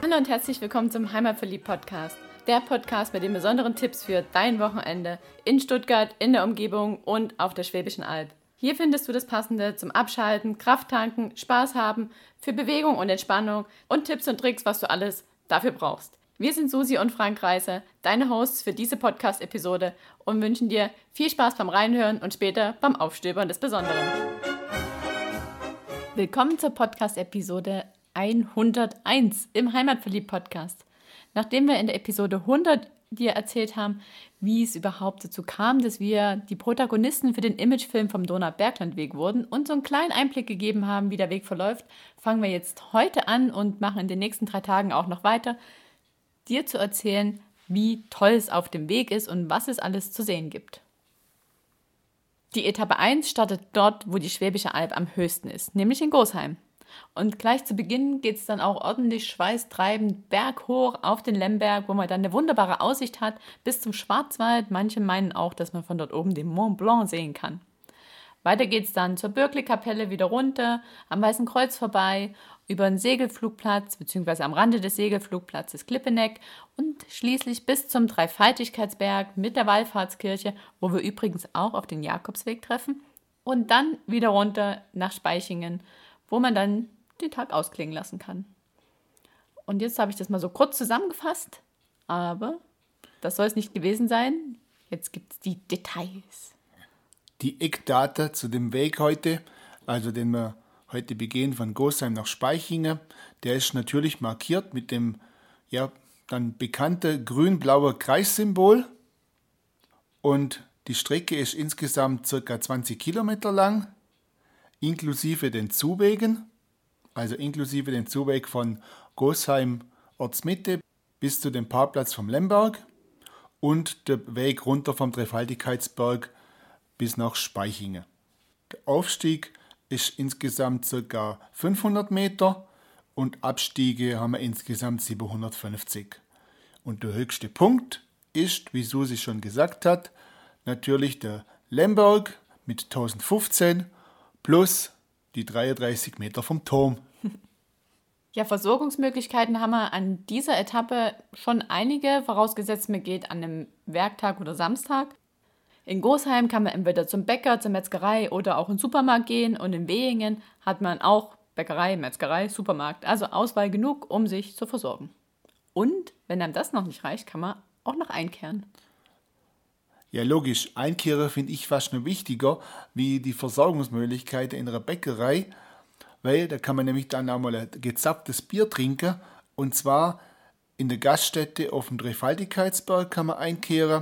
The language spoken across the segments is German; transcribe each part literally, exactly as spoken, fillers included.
Hallo und herzlich willkommen zum Heimatverliebt-Podcast. Der Podcast mit den besonderen Tipps für dein Wochenende in Stuttgart, in der Umgebung und auf der Schwäbischen Alb. Hier findest du das Passende zum Abschalten, Kraft tanken, Spaß haben, für Bewegung und Entspannung und Tipps und Tricks, was du alles dafür brauchst. Wir sind Susi und Frank Reiße, deine Hosts für diese Podcast-Episode und wünschen dir viel Spaß beim Reinhören und später beim Aufstöbern des Besonderen. Willkommen zur Podcast-Episode hunderteins im Heimatverliebt-Podcast. Nachdem wir in der Episode hundert dir erzählt haben, wie es überhaupt dazu kam, dass wir die Protagonisten für den Imagefilm vom Donau-Bergland-Weg wurden und so einen kleinen Einblick gegeben haben, wie der Weg verläuft, fangen wir jetzt heute an und machen in den nächsten drei Tagen auch noch weiter, dir zu erzählen, wie toll es auf dem Weg ist und was es alles zu sehen gibt. Die Etappe eins startet dort, wo die Schwäbische Alb am höchsten ist, nämlich in Gosheim. Und gleich zu Beginn geht es dann auch ordentlich schweißtreibend berghoch auf den Lemberg, wo man dann eine wunderbare Aussicht hat bis zum Schwarzwald. Manche meinen auch, dass man von dort oben den Mont Blanc sehen kann. Weiter geht es dann zur Bürkli-Kapelle wieder runter, am Weißen Kreuz vorbei, über den Segelflugplatz bzw. am Rande des Segelflugplatzes Klippeneck und schließlich bis zum Dreifaltigkeitsberg mit der Wallfahrtskirche, wo wir übrigens auch auf den Jakobsweg treffen. Und dann wieder runter nach Spaichingen, wo man dann den Tag ausklingen lassen kann. Und jetzt habe ich das mal so kurz zusammengefasst, aber das soll es nicht gewesen sein. Jetzt gibt es die Details. Die Eckdaten zu dem Weg heute, also den wir heute begehen von Gosheim nach Spaichingen, der ist natürlich markiert mit dem ja dann bekannten grün-blauen Kreissymbol. Und die Strecke ist insgesamt ca. zwanzig Kilometer lang, inklusive den Zuwegen, also inklusive den Zuweg von Gosheim Ortsmitte bis zu dem Parkplatz vom Lemberg und der Weg runter vom Dreifaltigkeitsberg bis nach Spaichingen. Der Aufstieg ist insgesamt ca. fünfhundert Meter und Abstiege haben wir insgesamt siebenhundertfünfzig. Und der höchste Punkt ist, wie Susi schon gesagt hat, natürlich der Lemberg mit eintausendfünfzehn plus die dreiunddreißig Meter vom Turm. Ja, Versorgungsmöglichkeiten haben wir an dieser Etappe schon einige, vorausgesetzt man geht an einem Werktag oder Samstag. In Gosheim kann man entweder zum Bäcker, zur Metzgerei oder auch in den Supermarkt gehen und in Wehingen hat man auch Bäckerei, Metzgerei, Supermarkt, also Auswahl genug, um sich zu versorgen. Und wenn einem das noch nicht reicht, kann man auch noch einkehren. Ja, logisch. Einkehren finde ich fast noch wichtiger wie die Versorgungsmöglichkeiten in einer Bäckerei, weil da kann man nämlich dann auch mal ein gezapftes Bier trinken. Und zwar in der Gaststätte auf dem Dreifaltigkeitsberg kann man einkehren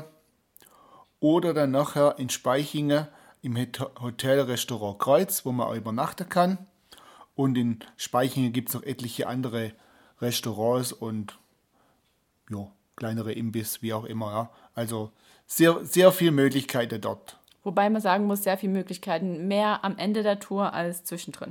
oder dann nachher in Spaichingen im Hotel-Restaurant Kreuz, wo man auch übernachten kann. Und in Spaichingen gibt es noch etliche andere Restaurants und ja, kleinere Imbiss, wie auch immer. Ja. Also Sehr, sehr viele Möglichkeiten dort. Wobei man sagen muss, sehr viele Möglichkeiten, mehr am Ende der Tour als zwischendrin.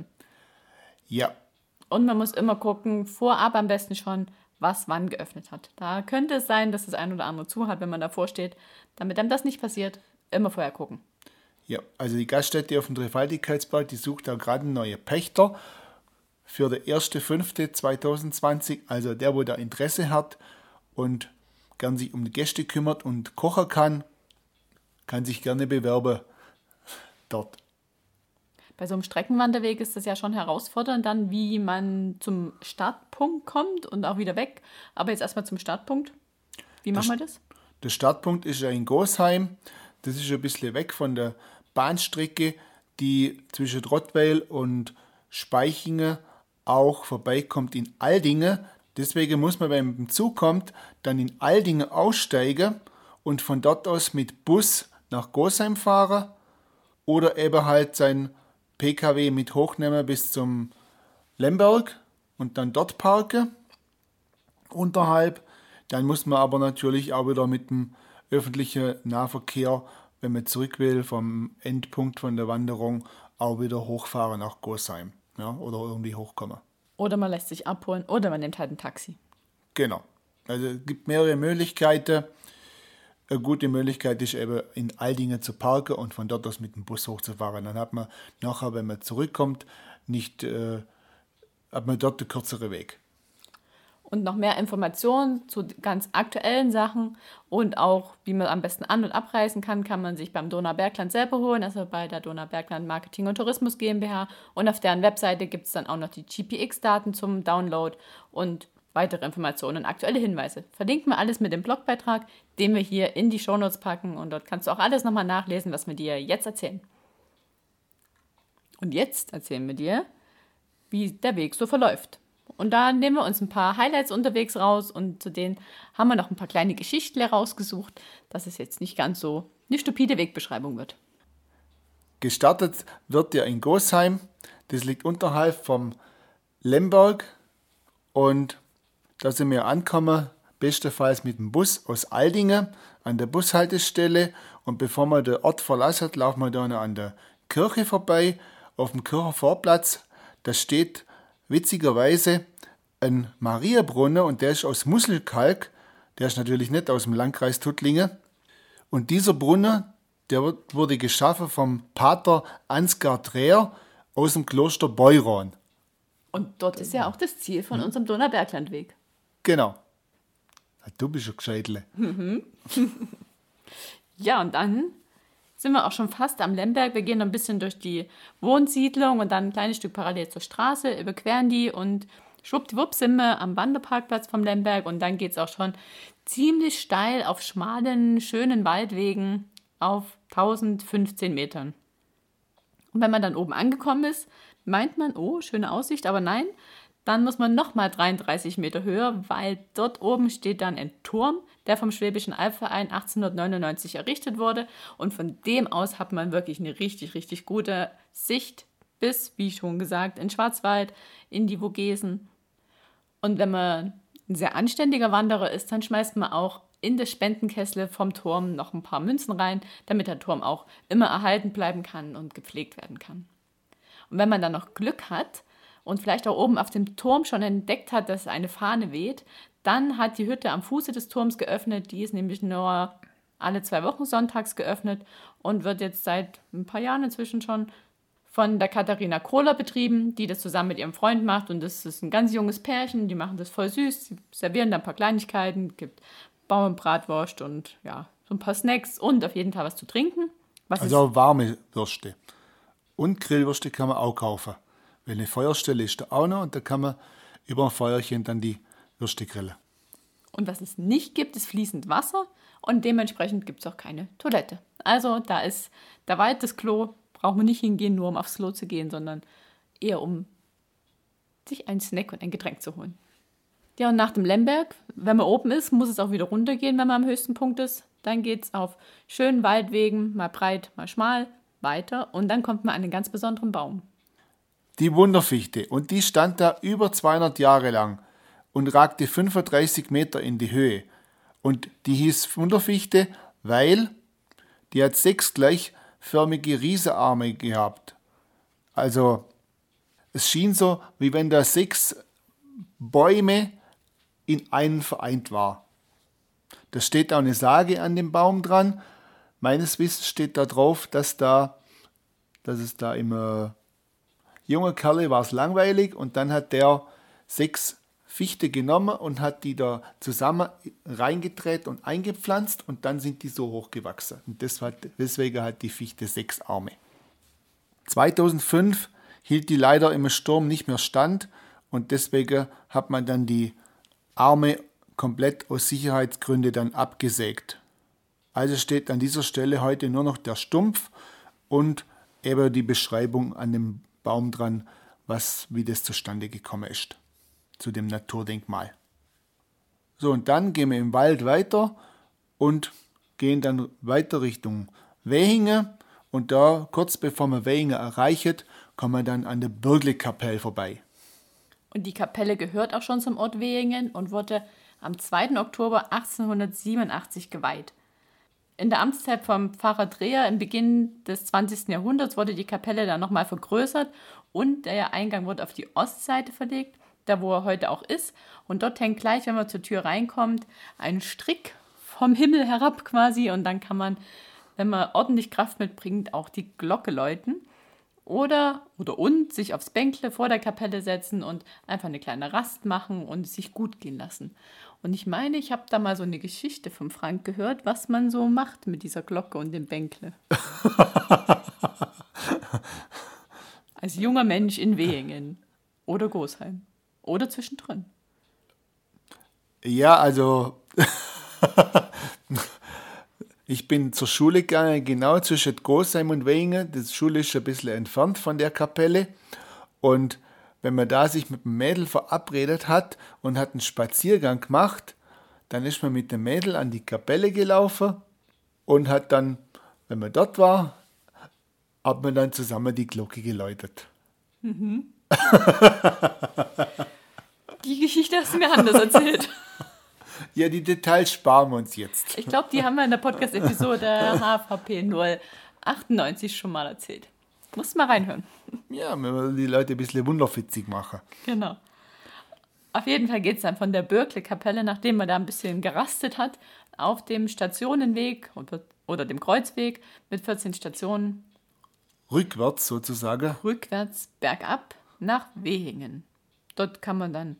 Ja. Und man muss immer gucken, vorab am besten schon, was wann geöffnet hat. Da könnte es sein, dass das ein oder andere zu hat, wenn man davor steht. Damit einem das nicht passiert, immer vorher gucken. Ja, also die Gaststätte auf dem Dreifaltigkeitsberg, die sucht auch gerade einen neuen Pächter für den ersten fünften zweitausendzwanzig. Also der, wo da Interesse hat und gern sich um die Gäste kümmert und kochen kann, kann sich gerne bewerben dort. Bei so einem Streckenwanderweg ist das ja schon herausfordernd, dann wie man zum Startpunkt kommt und auch wieder weg. Aber jetzt erstmal zum Startpunkt. Wie machen wir das? Der Startpunkt ist ja in Gosheim. Das ist ein bisschen weg von der Bahnstrecke, die zwischen Rottweil und Spaichingen auch vorbeikommt in Aldingen. Deswegen muss man, wenn man mit dem Zug kommt, dann in Aldingen aussteigen und von dort aus mit Bus nach Gosheim fahren oder eben halt sein P K W mit hochnehmen bis zum Lemberg und dann dort parken unterhalb. Dann muss man aber natürlich auch wieder mit dem öffentlichen Nahverkehr, wenn man zurück will vom Endpunkt von der Wanderung, auch wieder hochfahren nach Gosheim, ja, oder irgendwie hochkommen. Oder man lässt sich abholen oder man nimmt halt ein Taxi. Genau. Also es gibt mehrere Möglichkeiten. Eine gute Möglichkeit ist eben in Aldingen zu parken und von dort aus mit dem Bus hochzufahren. Dann hat man nachher, wenn man zurückkommt, nicht, äh, hat man dort den kürzeren Weg. Und noch mehr Informationen zu ganz aktuellen Sachen und auch, wie man am besten an- und abreisen kann, kann man sich beim Donaubergland selber holen, also bei der Donaubergland Marketing und Tourismus GmbH. Und auf deren Webseite gibt es dann auch noch die G P X-Daten zum Download und weitere Informationen und aktuelle Hinweise. Verlinken wir alles mit dem Blogbeitrag, den wir hier in die Shownotes packen. Und dort kannst du auch alles nochmal nachlesen, was wir dir jetzt erzählen. Und jetzt erzählen wir dir, wie der Weg so verläuft. Und da nehmen wir uns ein paar Highlights unterwegs raus und zu denen haben wir noch ein paar kleine Geschichten rausgesucht, dass es jetzt nicht ganz so eine stupide Wegbeschreibung wird. Gestartet wird ja in Gosheim. Das liegt unterhalb vom Lemberg und da sind wir angekommen, bestenfalls mit dem Bus aus Aldingen an der Bushaltestelle. Und bevor man den Ort verlassen, laufen wir dann an der Kirche vorbei. Auf dem Kirchenvorplatz, da steht witzigerweise ein Mariabrunnen und der ist aus Muschelkalk. Der ist natürlich nicht aus dem Landkreis Tuttlingen. Und dieser Brunnen, der wurde geschaffen vom Pater Ansgar Dreher aus dem Kloster Beuron. Und dort ist ja auch das Ziel von unserem Donauberglandweg. Genau. Du bist ein Gescheitle. Ja, und dann sind wir auch schon fast am Lemberg. Wir gehen noch ein bisschen durch die Wohnsiedlung und dann ein kleines Stück parallel zur Straße, überqueren die und schwuppdiwupp sind wir am Wanderparkplatz vom Lemberg und dann geht es auch schon ziemlich steil auf schmalen, schönen Waldwegen auf tausendfünfzehn Metern. Und wenn man dann oben angekommen ist, meint man, oh, schöne Aussicht, aber nein, dann muss man nochmal dreiunddreißig Meter höher, weil dort oben steht dann ein Turm, der vom Schwäbischen Albverein achtzehnhundertneunundneunzig errichtet wurde. Und von dem aus hat man wirklich eine richtig, richtig gute Sicht bis, wie schon gesagt, in Schwarzwald, in die Vogesen. Und wenn man ein sehr anständiger Wanderer ist, dann schmeißt man auch in das Spendenkessel vom Turm noch ein paar Münzen rein, damit der Turm auch immer erhalten bleiben kann und gepflegt werden kann. Und wenn man dann noch Glück hat und vielleicht auch oben auf dem Turm schon entdeckt hat, dass eine Fahne weht, dann hat die Hütte am Fuße des Turms geöffnet. Die ist nämlich nur alle zwei Wochen sonntags geöffnet und wird jetzt seit ein paar Jahren inzwischen schon von der Katharina Kohler betrieben, die das zusammen mit ihrem Freund macht. Und das ist ein ganz junges Pärchen, die machen das voll süß. Sie servieren da ein paar Kleinigkeiten, gibt Bauernbratwurst und ja, so ein paar Snacks und auf jeden Fall was zu trinken. Was also warme Würste. Und Grillwürste kann man auch kaufen. Weil eine Feuerstelle ist da auch noch und da kann man über ein Feuerchen dann die Würste grillen. Und was es nicht gibt, ist fließend Wasser und dementsprechend gibt es auch keine Toilette. Also da ist der Wald, das Klo, braucht man nicht hingehen, nur um aufs Klo zu gehen, sondern eher um sich einen Snack und ein Getränk zu holen. Ja, und nach dem Lemberg, wenn man oben ist, muss es auch wieder runtergehen, wenn man am höchsten Punkt ist. Dann geht es auf schönen Waldwegen, mal breit, mal schmal, weiter und dann kommt man an einen ganz besonderen Baum. Die Wunderfichte. Und die stand da über zweihundert Jahre lang und ragte fünfunddreißig Meter in die Höhe. Und die hieß Wunderfichte, weil die hat sechs gleichförmige Riesenarme gehabt. Also es schien so, wie wenn da sechs Bäume in einen vereint war. Da steht auch eine Sage an dem Baum dran. Meines Wissens steht da drauf, dass da, dass es da immer junge Kerle war es langweilig und dann hat der sechs Fichte genommen und hat die da zusammen reingedreht und eingepflanzt und dann sind die so hochgewachsen. Und deswegen hat die Fichte sechs Arme. zweitausendfünf hielt die leider im Sturm nicht mehr stand und deswegen hat man dann die Arme komplett aus Sicherheitsgründen dann abgesägt. Also steht an dieser Stelle heute nur noch der Stumpf und eben die Beschreibung an dem Baum dran, was, wie das zustande gekommen ist, zu dem Naturdenkmal. So, und dann gehen wir im Wald weiter und gehen dann weiter Richtung Wehingen und da, kurz bevor wir Wehingen erreichen, kommen wir dann an der Bürgle-Kapelle vorbei. Und die Kapelle gehört auch schon zum Ort Wehingen und wurde am zweiten Oktober achtzehnhundertsiebenundachtzig geweiht. In der Amtszeit vom Pfarrer Dreher im Beginn des zwanzigsten Jahrhunderts wurde die Kapelle dann nochmal vergrößert und der Eingang wurde auf die Ostseite verlegt, da wo er heute auch ist. Und dort hängt gleich, wenn man zur Tür reinkommt, ein Strick vom Himmel herab quasi und dann kann man, wenn man ordentlich Kraft mitbringt, auch die Glocke läuten. Oder, oder und sich aufs Bänkle vor der Kapelle setzen und einfach eine kleine Rast machen und es sich gut gehen lassen. Und ich meine, ich habe da mal so eine Geschichte vom Frank gehört, was man so macht mit dieser Glocke und dem Bänkle. Als junger Mensch in Wehingen oder Gosheim oder zwischendrin. Ja, also ich bin zur Schule gegangen, genau zwischen Gosheim und Wehingen. Die Schule ist ein bisschen entfernt von der Kapelle. Und wenn man da sich mit dem Mädel verabredet hat und hat einen Spaziergang gemacht, dann ist man mit dem Mädel an die Kapelle gelaufen und hat dann, wenn man dort war, hat man dann zusammen die Glocke geläutet. Mhm. Die Geschichte hast du mir anders erzählt. Ja, die Details sparen wir uns jetzt. Ich glaube, die haben wir in der Podcast-Episode H V P null achtundneunzig schon mal erzählt. Musst mal reinhören. Ja, wir wollen die Leute ein bisschen wunderfitzig machen. Genau. Auf jeden Fall geht es dann von der Bürkle-Kapelle, nachdem man da ein bisschen gerastet hat, auf dem Stationenweg oder dem Kreuzweg mit vierzehn Stationen. Rückwärts sozusagen. Rückwärts bergab nach Wehingen. Dort kann man dann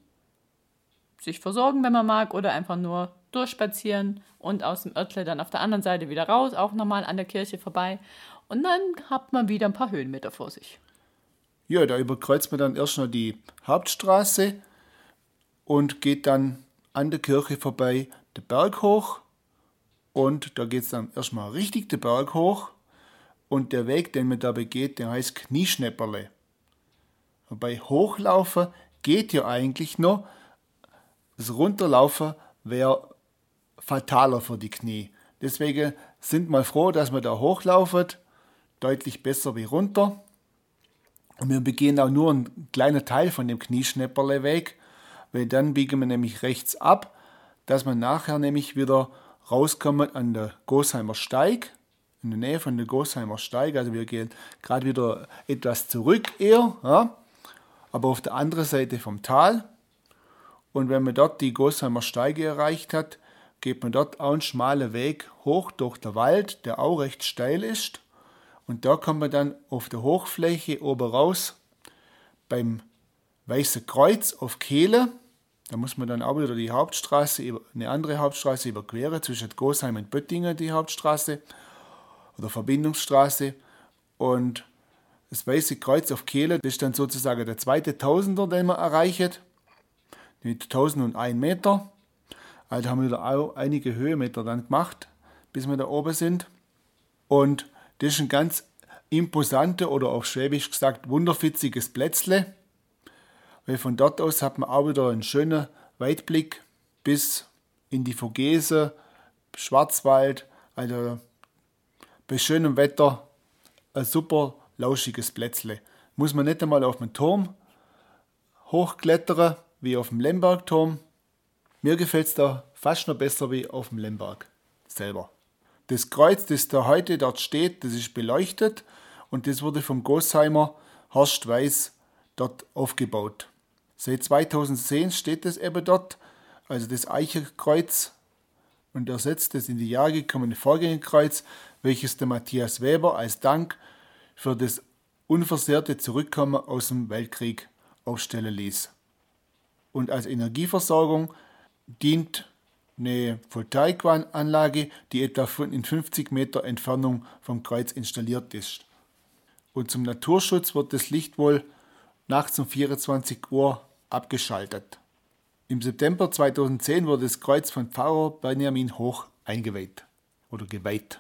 sich versorgen, wenn man mag, oder einfach nur durchspazieren und aus dem Örtle dann auf der anderen Seite wieder raus, auch nochmal an der Kirche vorbei. Und dann hat man wieder ein paar Höhenmeter vor sich. Ja, da überkreuzt man dann erst noch die Hauptstraße und geht dann an der Kirche vorbei den Berg hoch. Und da geht es dann erstmal richtig den Berg hoch. Und der Weg, den man da begeht, der heißt Knieschnepperle. Und bei Hochlaufen geht ja eigentlich noch. Das Runterlaufen wäre fataler für die Knie. Deswegen sind wir froh, dass wir da hochlaufen. Deutlich besser wie runter. Und wir begehen auch nur einen kleinen Teil von dem Knieschnepperle-Weg, weil dann biegen wir nämlich rechts ab, dass man nachher nämlich wieder rauskommt an der Gosheimer Steig, in der Nähe von der Gosheimer Steig. Also wir gehen gerade wieder etwas zurück eher, ja, aber auf der anderen Seite vom Tal. Und wenn man dort die Gosheimer Steige erreicht hat, geht man dort auch einen schmalen Weg hoch durch den Wald, der auch recht steil ist. Und da kommt man dann auf der Hochfläche oben raus beim Weißen Kreuz auf Kehle. Da muss man dann auch wieder die Hauptstraße, eine andere Hauptstraße überqueren, zwischen Gosheim und Böttingen die Hauptstraße oder Verbindungsstraße. Und das Weiße Kreuz auf Kehle, das ist dann sozusagen der zweite Tausender, den man erreicht, mit tausendeins Meter. Also haben wir da auch einige Höhenmeter dann gemacht, bis wir da oben sind. Und das ist ein ganz imposanter oder auf Schwäbisch gesagt wunderfitziges Plätzle, weil von dort aus hat man auch wieder einen schönen Weitblick bis in die Vogese, Schwarzwald, also bei schönem Wetter ein super lauschiges Plätzle. Muss man nicht einmal auf den Turm hochklettern, wie auf dem Lembergturm. Mir gefällt es da fast noch besser wie auf dem Lemberg selber. Das Kreuz, das da heute dort steht, das ist beleuchtet und das wurde vom Gosheimer Horst Weiß dort aufgebaut. Seit zweitausendzehn steht das eben dort, also das Eichenkreuz, und ersetzt das in die Jahre gekommene Vorgängerkreuz, welches der Matthias Weber als Dank für das unversehrte Zurückkommen aus dem Weltkrieg aufstellen ließ. Und als Energieversorgung dient eine Photovoltaikanlage, die etwa in fünfzig Meter Entfernung vom Kreuz installiert ist. Und zum Naturschutz wird das Licht wohl nachts um vierundzwanzig Uhr abgeschaltet. Im September zweitausendzehn wurde das Kreuz von Pfarrer Benjamin Hoch eingeweiht oder geweiht.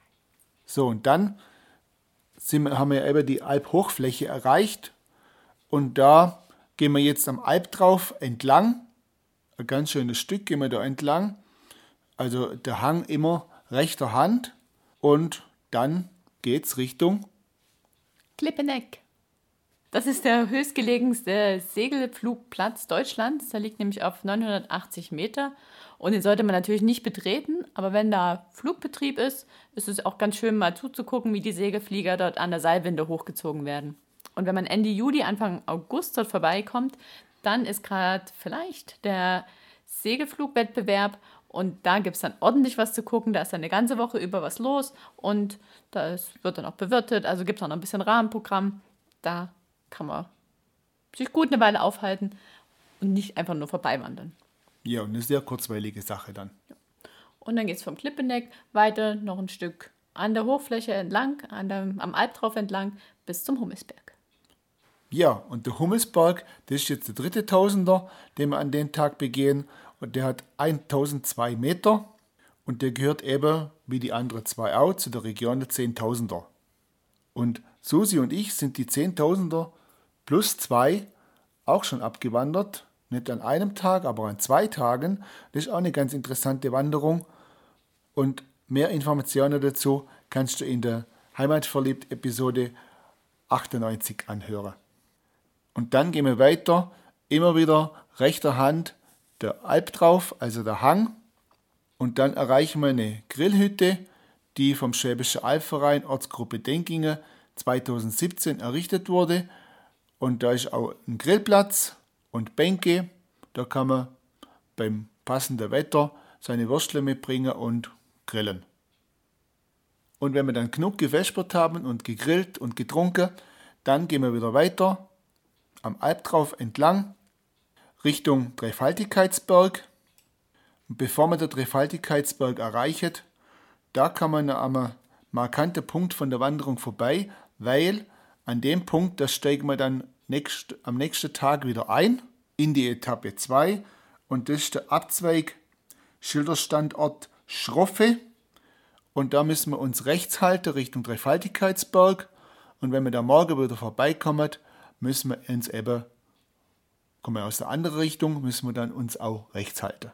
So, und dann sind wir, haben wir eben die Alphochfläche erreicht und da gehen wir jetzt am Alp drauf entlang. Ein ganz schönes Stück gehen wir da entlang. Also der Hang immer rechter Hand und dann geht's Richtung Klippeneck. Das ist der höchstgelegenste Segelflugplatz Deutschlands. Der liegt nämlich auf neunhundertachtzig Meter und den sollte man natürlich nicht betreten. Aber wenn da Flugbetrieb ist, ist es auch ganz schön mal zuzugucken, wie die Segelflieger dort an der Seilwinde hochgezogen werden. Und wenn man Ende Juli, Anfang August dort vorbeikommt, dann ist gerade vielleicht der Segelflugwettbewerb und da gibt es dann ordentlich was zu gucken. Da ist dann eine ganze Woche über was los und da ist, wird dann auch bewirtet, also gibt es auch noch ein bisschen Rahmenprogramm. Da kann man sich gut eine Weile aufhalten und nicht einfach nur vorbeiwandern. Ja, und eine sehr kurzweilige Sache dann. Und dann geht es vom Klippendeck weiter noch ein Stück an der Hochfläche entlang, an der, am Albtrauf entlang bis zum Hummelsberg. Ja, und der Hummelsberg, das ist jetzt der dritte Tausender, den wir an den Tag begehen. Und der hat tausendzwei Meter und der gehört eben, wie die anderen zwei auch, zu der Region der Zehntausender. Und Susi und ich sind die Zehntausender plus zwei auch schon abgewandert. Nicht an einem Tag, aber an zwei Tagen. Das ist auch eine ganz interessante Wanderung. Und mehr Informationen dazu kannst du in der Heimatverliebt-Episode achtundneunzig anhören. Und dann gehen wir weiter, immer wieder rechter Hand der Albtrauf, also der Hang. Und dann erreichen wir eine Grillhütte, die vom Schwäbischen Albverein Ortsgruppe Denkingen zweitausendsiebzehn errichtet wurde. Und da ist auch ein Grillplatz und Bänke. Da kann man beim passenden Wetter seine Würstle mitbringen und grillen. Und wenn wir dann genug gewespert haben und gegrillt und getrunken, dann gehen wir wieder weiter am Albtrauf entlang Richtung Dreifaltigkeitsberg. Und bevor man den Dreifaltigkeitsberg erreicht, da kann man am markanten Punkt von der Wanderung vorbei, weil an dem Punkt, da steigen wir dann nächst, am nächsten Tag wieder ein in die Etappe zwei und das ist der Abzweig Schilderstandort Schroffe und da müssen wir uns rechts halten Richtung Dreifaltigkeitsberg und wenn wir da morgen wieder vorbeikommen, müssen wir uns eben, kommen wir aus der anderen Richtung, müssen wir dann uns auch rechts halten.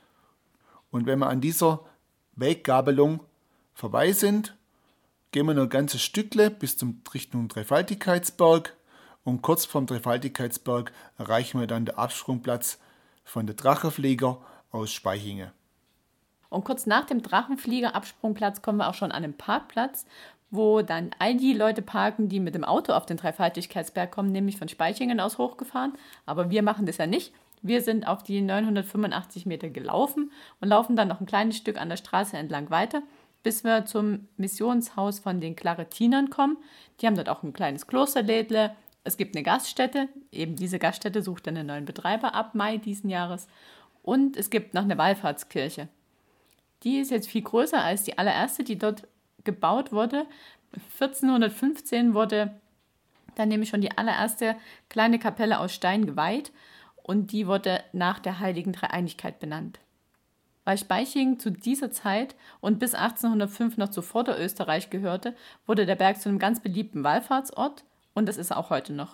Und wenn wir an dieser Weggabelung vorbei sind, gehen wir noch ein ganzes Stückle bis zum Richtung Dreifaltigkeitsberg und kurz vorm Dreifaltigkeitsberg erreichen wir dann den Absprungplatz von der Drachenflieger aus Spaichingen. Und kurz nach dem Drachenflieger-Absprungplatz kommen wir auch schon an einen Parkplatz, wo dann all die Leute parken, die mit dem Auto auf den Dreifaltigkeitsberg kommen, nämlich von Spaichingen aus hochgefahren. Aber wir machen das ja nicht. Wir sind auf die neunhundertfünfundachtzig Meter gelaufen und laufen dann noch ein kleines Stück an der Straße entlang weiter, bis wir zum Missionshaus von den Klaretinern kommen. Die haben dort auch ein kleines Klosterlädle. Es gibt eine Gaststätte. Eben diese Gaststätte sucht dann einen neuen Betreiber ab Mai diesen Jahres. Und es gibt noch eine Wallfahrtskirche. Die ist jetzt viel größer als die allererste, die dort gebaut wurde. vierzehnhundertfünfzehn wurde dann nämlich schon die allererste kleine Kapelle aus Stein geweiht und die wurde nach der Heiligen Dreieinigkeit benannt. Weil Spaichingen zu dieser Zeit und bis achtzehnhundertfünf noch zu Vorderösterreich gehörte, wurde der Berg zu einem ganz beliebten Wallfahrtsort und das ist er auch heute noch.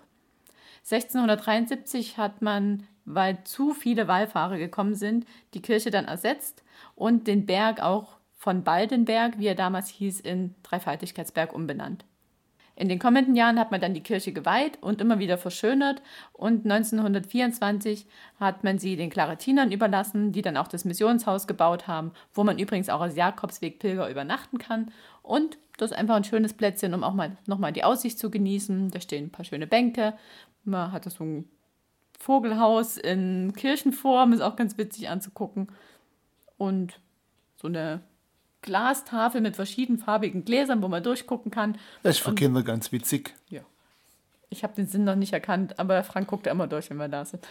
sechzehnhundertdreiundsiebzig hat man, weil zu viele Wallfahrer gekommen sind, die Kirche dann ersetzt und den Berg auch von Baldenberg, wie er damals hieß, in Dreifaltigkeitsberg umbenannt. In den kommenden Jahren hat man dann die Kirche geweiht und immer wieder verschönert und neunzehnhundertvierundzwanzig hat man sie den Klaretinern überlassen, die dann auch das Missionshaus gebaut haben, wo man übrigens auch als Jakobsweg-Pilger übernachten kann und das ist einfach ein schönes Plätzchen, um auch mal nochmal die Aussicht zu genießen. Da stehen ein paar schöne Bänke, man hat so ein Vogelhaus in Kirchenform, ist auch ganz witzig anzugucken und so eine Glastafel mit verschiedenfarbigen Gläsern, wo man durchgucken kann. Das ist für und, Kinder ganz witzig. Ja. Ich habe den Sinn noch nicht erkannt, aber Frank guckt ja immer durch, wenn wir da sind.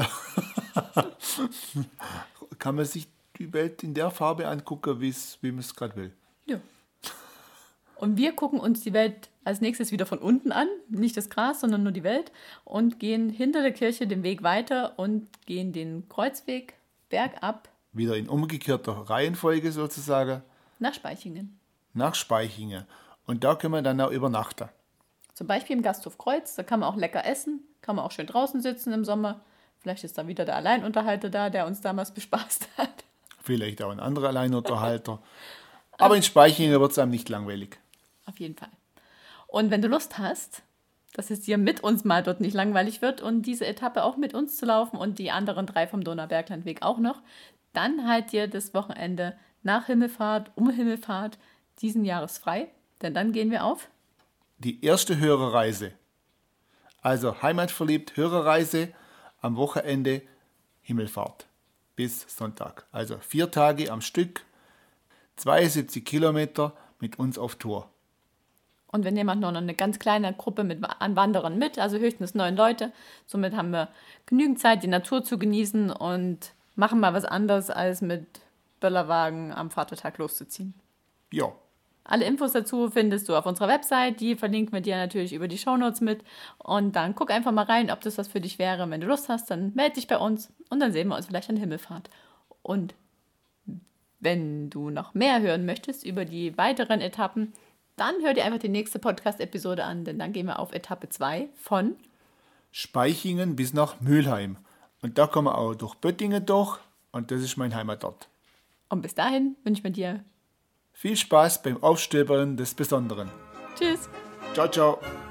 Kann man sich die Welt in der Farbe angucken, wie man es gerade will. Ja. Und wir gucken uns die Welt als nächstes wieder von unten an, nicht das Gras, sondern nur die Welt und gehen hinter der Kirche den Weg weiter und gehen den Kreuzweg bergab. Wieder in umgekehrter Reihenfolge sozusagen. Nach Spaichingen. Nach Spaichingen. Und da können wir dann auch übernachten. Zum Beispiel im Gasthof Kreuz, da kann man auch lecker essen, kann man auch schön draußen sitzen im Sommer. Vielleicht ist da wieder der Alleinunterhalter da, der uns damals bespaßt hat. Vielleicht auch ein anderer Alleinunterhalter. Aber in Spaichingen wird es einem nicht langweilig. Auf jeden Fall. Und wenn du Lust hast, dass es dir mit uns mal dort nicht langweilig wird und diese Etappe auch mit uns zu laufen und die anderen drei vom Donauberglandweg auch noch, dann halt dir das Wochenende nach Himmelfahrt, um Himmelfahrt diesen Jahres frei, denn dann gehen wir auf die erste Hörerreise. Also heimatverliebt Hörerreise am Wochenende Himmelfahrt bis Sonntag. Also vier Tage am Stück, zweiundsiebzig Kilometer mit uns auf Tour. Und wir nehmen auch noch eine ganz kleine Gruppe mit, an Wanderern mit, also höchstens neun Leute. Somit haben wir genügend Zeit, die Natur zu genießen und machen mal was anderes, als mit Böllerwagen am Vatertag loszuziehen. Ja. Alle Infos dazu findest du auf unserer Website. Die verlinken wir dir natürlich über die Shownotes mit. Und dann guck einfach mal rein, ob das was für dich wäre. Wenn du Lust hast, dann melde dich bei uns und dann sehen wir uns vielleicht an Himmelfahrt. Und wenn du noch mehr hören möchtest über die weiteren Etappen, dann hör dir einfach die nächste Podcast-Episode an, denn dann gehen wir auf Etappe zwei von Spaichingen bis nach Mülheim. Und da kommen wir auch durch Böttingen durch und das ist mein Heimatort. Und bis dahin wünschen wir dir viel Spaß beim Aufstöbern des Besonderen. Tschüss. Ciao, ciao.